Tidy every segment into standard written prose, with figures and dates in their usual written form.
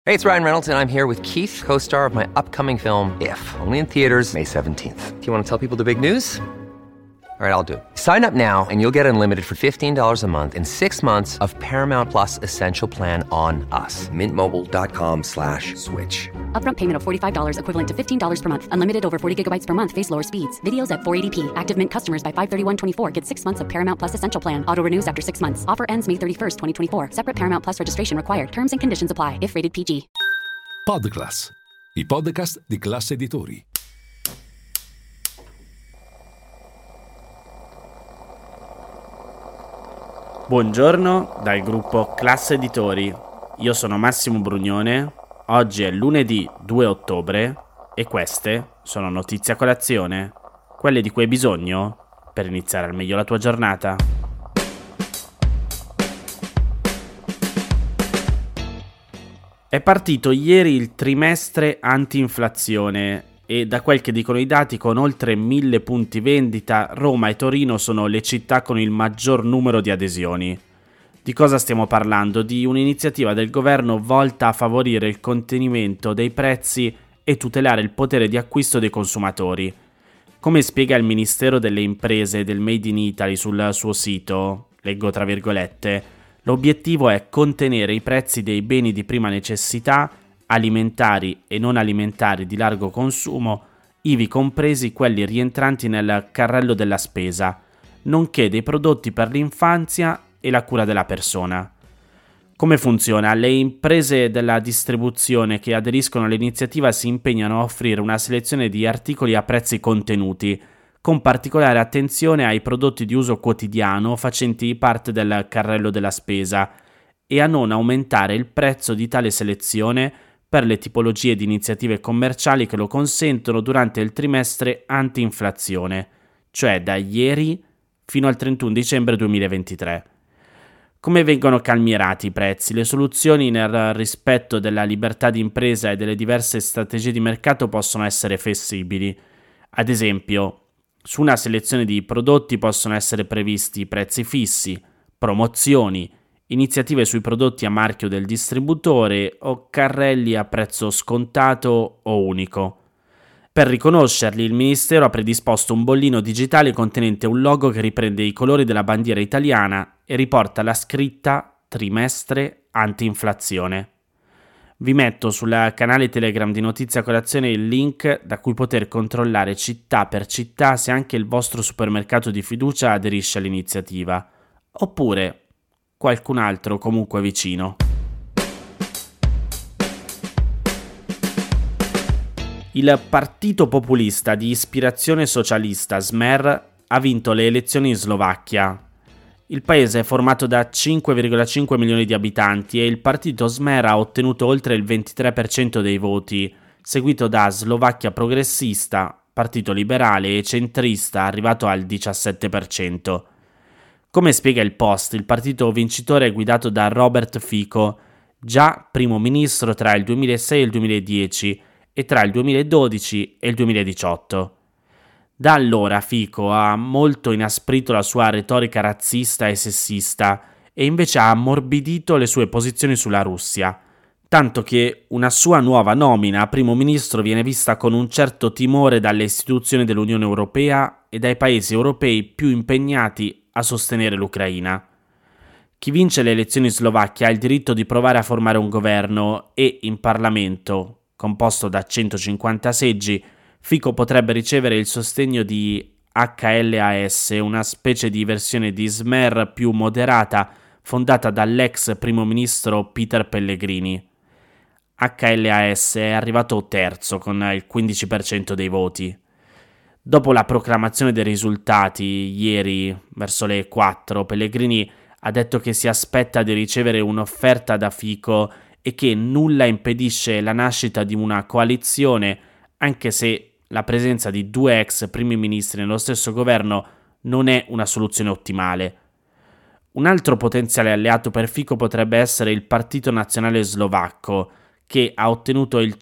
Hey, it's Ryan Reynolds, and I'm here with Keith, co-star of my upcoming film, If, only in theaters May 17th. Do you want to tell people the big news? All right, I'll do it. Sign up now and you'll get unlimited for $15 a month and 6 months of Paramount Plus Essential Plan on us. MintMobile.com/switch. Upfront payment of $45 equivalent to $15 per month. Unlimited over 40 gigabytes per month. Face lower speeds. Videos at 480p. Active Mint customers by 531.24 get 6 months of Paramount Plus Essential Plan. Auto renews after 6 months. Offer ends May 31st, 2024. Separate Paramount Plus registration required. Terms and conditions apply if rated PG. Podclass, i podcast di Classe Editori. Buongiorno dal gruppo Classe Editori. Io sono Massimo Brugnone. Oggi è lunedì 2 ottobre e queste sono notizie a colazione, quelle di cui hai bisogno per iniziare al meglio la tua giornata. È partito ieri il trimestre anti-inflazione e da quel che dicono i dati, con oltre 1000 punti vendita, Roma e Torino sono le città con il maggior numero di adesioni. Di cosa stiamo parlando? Di un'iniziativa del governo volta a favorire il contenimento dei prezzi e tutelare il potere di acquisto dei consumatori. Come spiega il Ministero delle Imprese e del Made in Italy sul suo sito, leggo tra virgolette, l'obiettivo è contenere i prezzi dei beni di prima necessità, alimentari e non alimentari di largo consumo, ivi compresi quelli rientranti nel carrello della spesa, nonché dei prodotti per l'infanzia e la cura della persona. Come funziona? Le imprese della distribuzione che aderiscono all'iniziativa si impegnano a offrire una selezione di articoli a prezzi contenuti, con particolare attenzione ai prodotti di uso quotidiano facenti parte del carrello della spesa e a non aumentare il prezzo di tale selezione per le tipologie di iniziative commerciali che lo consentono durante il trimestre anti-inflazione, cioè da ieri fino al 31 dicembre 2023. Come vengono calmierati i prezzi? Le soluzioni nel rispetto della libertà di impresa e delle diverse strategie di mercato possono essere flessibili. Ad esempio, su una selezione di prodotti possono essere previsti prezzi fissi, promozioni, iniziative sui prodotti a marchio del distributore o carrelli a prezzo scontato o unico. Per riconoscerli, il Ministero ha predisposto un bollino digitale contenente un logo che riprende i colori della bandiera italiana e riporta la scritta Trimestre Anti-Inflazione. Vi metto sul canale Telegram di Notizia Colazione il link da cui poter controllare città per città se anche il vostro supermercato di fiducia aderisce all'iniziativa, oppure qualcun altro comunque vicino. Il partito populista di ispirazione socialista Smer ha vinto le elezioni in Slovacchia. Il paese è formato da 5,5 milioni di abitanti e il partito Smer ha ottenuto oltre il 23% dei voti, seguito da Slovacchia Progressista, Partito Liberale e Centrista, arrivato al 17%. Come spiega il Post, il partito vincitore è guidato da Robert Fico, già primo ministro tra il 2006 e il 2010 e tra il 2012 e il 2018. Da allora Fico ha molto inasprito la sua retorica razzista e sessista e invece ha ammorbidito le sue posizioni sulla Russia, tanto che una sua nuova nomina a primo ministro viene vista con un certo timore dalle istituzioni dell'Unione Europea e dai paesi europei più impegnati a sostenere l'Ucraina. Chi vince le elezioni in Slovacchia ha il diritto di provare a formare un governo e in Parlamento, composto da 150 seggi, Fico potrebbe ricevere il sostegno di HLAS, una specie di versione di Smer più moderata fondata dall'ex primo ministro Peter Pellegrini. HLAS è arrivato terzo con il 15% dei voti. Dopo la proclamazione dei risultati, ieri, verso le 4, Pellegrini ha detto che si aspetta di ricevere un'offerta da Fico e che nulla impedisce la nascita di una coalizione, anche se la presenza di 2 ex primi ministri nello stesso governo non è una soluzione ottimale. Un altro potenziale alleato per Fico potrebbe essere il Partito Nazionale Slovacco, che ha ottenuto il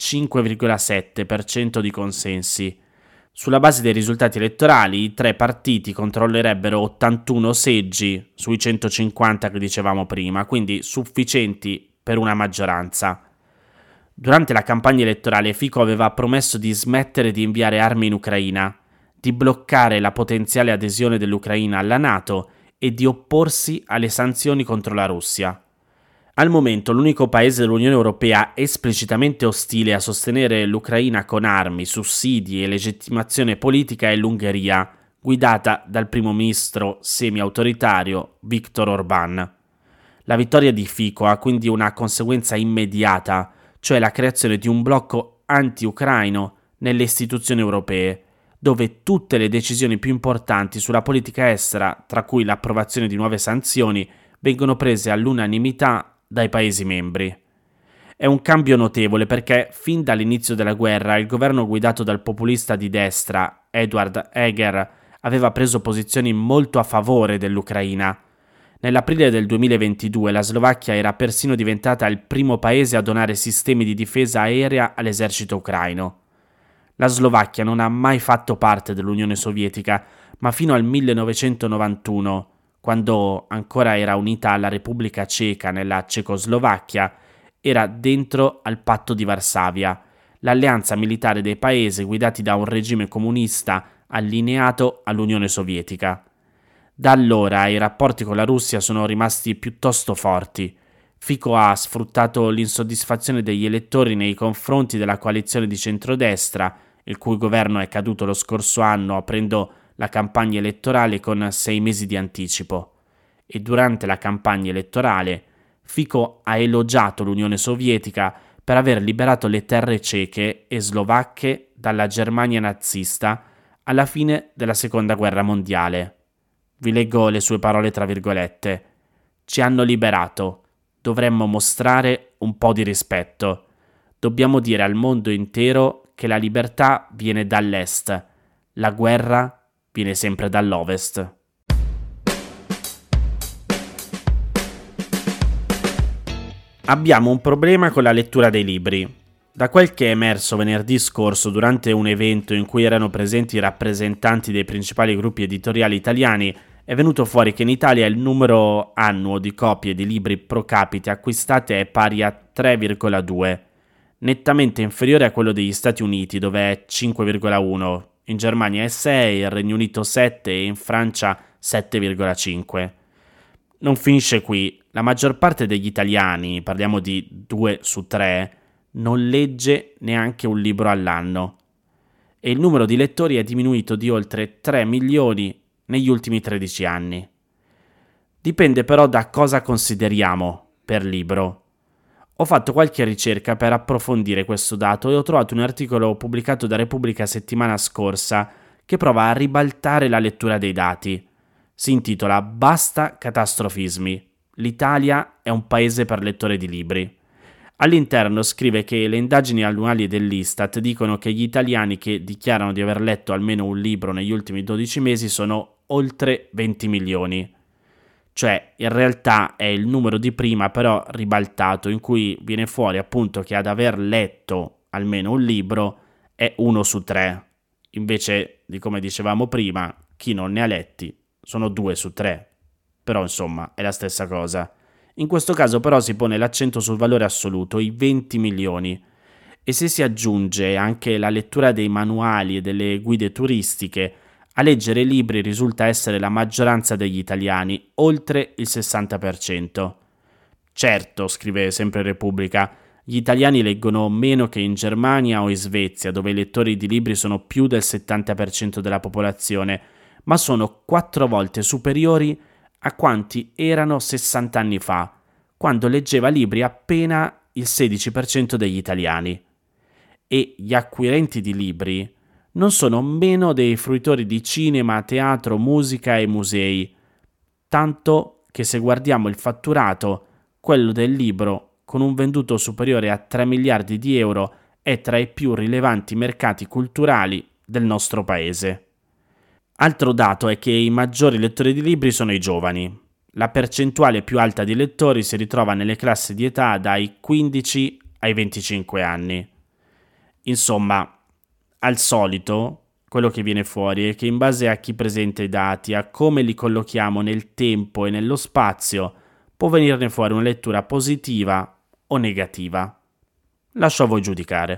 5,7% di consensi. Sulla base dei risultati elettorali, i 3 partiti controllerebbero 81 seggi sui 150 che dicevamo prima, quindi sufficienti per una maggioranza. Durante la campagna elettorale Fico aveva promesso di smettere di inviare armi in Ucraina, di bloccare la potenziale adesione dell'Ucraina alla NATO e di opporsi alle sanzioni contro la Russia. Al momento l'unico paese dell'Unione Europea esplicitamente ostile a sostenere l'Ucraina con armi, sussidi e legittimazione politica è l'Ungheria, guidata dal primo ministro semi-autoritario Viktor Orbán. La vittoria di Fico ha quindi una conseguenza immediata, cioè la creazione di un blocco anti-ucraino nelle istituzioni europee, dove tutte le decisioni più importanti sulla politica estera, tra cui l'approvazione di nuove sanzioni, vengono prese all'unanimità dai Paesi membri. È un cambio notevole perché fin dall'inizio della guerra il governo guidato dal populista di destra Eduard Heger aveva preso posizioni molto a favore dell'Ucraina. Nell'aprile del 2022 la Slovacchia era persino diventata il primo paese a donare sistemi di difesa aerea all'esercito ucraino. La Slovacchia non ha mai fatto parte dell'Unione Sovietica, ma fino al 1991, quando ancora era unita alla Repubblica Ceca nella Cecoslovacchia, era dentro al Patto di Varsavia, l'alleanza militare dei paesi guidati da un regime comunista allineato all'Unione Sovietica. Da allora i rapporti con la Russia sono rimasti piuttosto forti. Fico ha sfruttato l'insoddisfazione degli elettori nei confronti della coalizione di centrodestra, il cui governo è caduto lo scorso anno aprendo la campagna elettorale con 6 mesi di anticipo. E durante la campagna elettorale Fico ha elogiato l'Unione Sovietica per aver liberato le terre ceche e slovacche dalla Germania nazista alla fine della Seconda Guerra Mondiale. Vi leggo le sue parole tra virgolette. Ci hanno liberato. Dovremmo mostrare un po' di rispetto. Dobbiamo dire al mondo intero che la libertà viene dall'est. La guerra viene sempre dall'ovest. Abbiamo un problema con la lettura dei libri. Da quel che è emerso venerdì scorso durante un evento in cui erano presenti i rappresentanti dei principali gruppi editoriali italiani, è venuto fuori che in Italia il numero annuo di copie di libri pro capite acquistate è pari a 3,2, nettamente inferiore a quello degli Stati Uniti dove è 5,1, in Germania è 6, in Regno Unito 7 e in Francia 7,5. Non finisce qui, la maggior parte degli italiani, parliamo di 2 su 3, non legge neanche un libro all'anno e il numero di lettori è diminuito di oltre 3 milioni negli ultimi 13 anni. Dipende però da cosa consideriamo per libro. Ho fatto qualche ricerca per approfondire questo dato e ho trovato un articolo pubblicato da Repubblica settimana scorsa che prova a ribaltare la lettura dei dati. Si intitola Basta catastrofismi. L'Italia è un paese per lettori di libri. All'interno scrive che le indagini annuali dell'Istat dicono che gli italiani che dichiarano di aver letto almeno un libro negli ultimi 12 mesi sono oltre 20 milioni. Cioè, in realtà è il numero di prima però ribaltato, in cui viene fuori appunto che ad aver letto almeno un libro è 1 su 3. Invece di come dicevamo prima, chi non ne ha letti sono 2 su 3. Però insomma è la stessa cosa. In questo caso però si pone l'accento sul valore assoluto, i 20 milioni, e se si aggiunge anche la lettura dei manuali e delle guide turistiche, a leggere libri risulta essere la maggioranza degli italiani, oltre il 60%. Certo, scrive sempre Repubblica, gli italiani leggono meno che in Germania o in Svezia, dove i lettori di libri sono più del 70% della popolazione, ma sono 4 volte superiori a quanti erano 60 anni fa, quando leggeva libri appena il 16% degli italiani. E gli acquirenti di libri non sono meno dei fruitori di cinema, teatro, musica e musei, tanto che se guardiamo il fatturato, quello del libro, con un venduto superiore a 3 miliardi di euro, è tra i più rilevanti mercati culturali del nostro paese. Altro dato è che i maggiori lettori di libri sono i giovani. La percentuale più alta di lettori si ritrova nelle classi di età dai 15 ai 25 anni. Insomma, al solito, quello che viene fuori è che in base a chi presenta i dati, a come li collochiamo nel tempo e nello spazio, può venirne fuori una lettura positiva o negativa. Lascio a voi giudicare.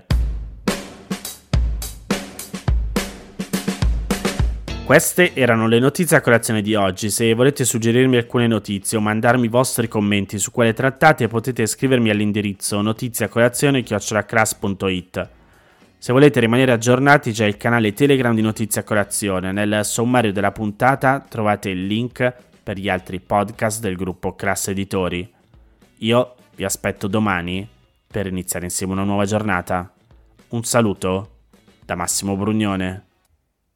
Queste erano le notizie a colazione di oggi. Se volete suggerirmi alcune notizie o mandarmi i vostri commenti su quelle trattate, potete scrivermi all'indirizzo notiziacolazione@cras.it. Se volete rimanere aggiornati, c'è il canale Telegram di Notizie a Colazione. Nel sommario della puntata trovate il link per gli altri podcast del gruppo Cras Editori. Io vi aspetto domani per iniziare insieme una nuova giornata. Un saluto da Massimo Brugnone.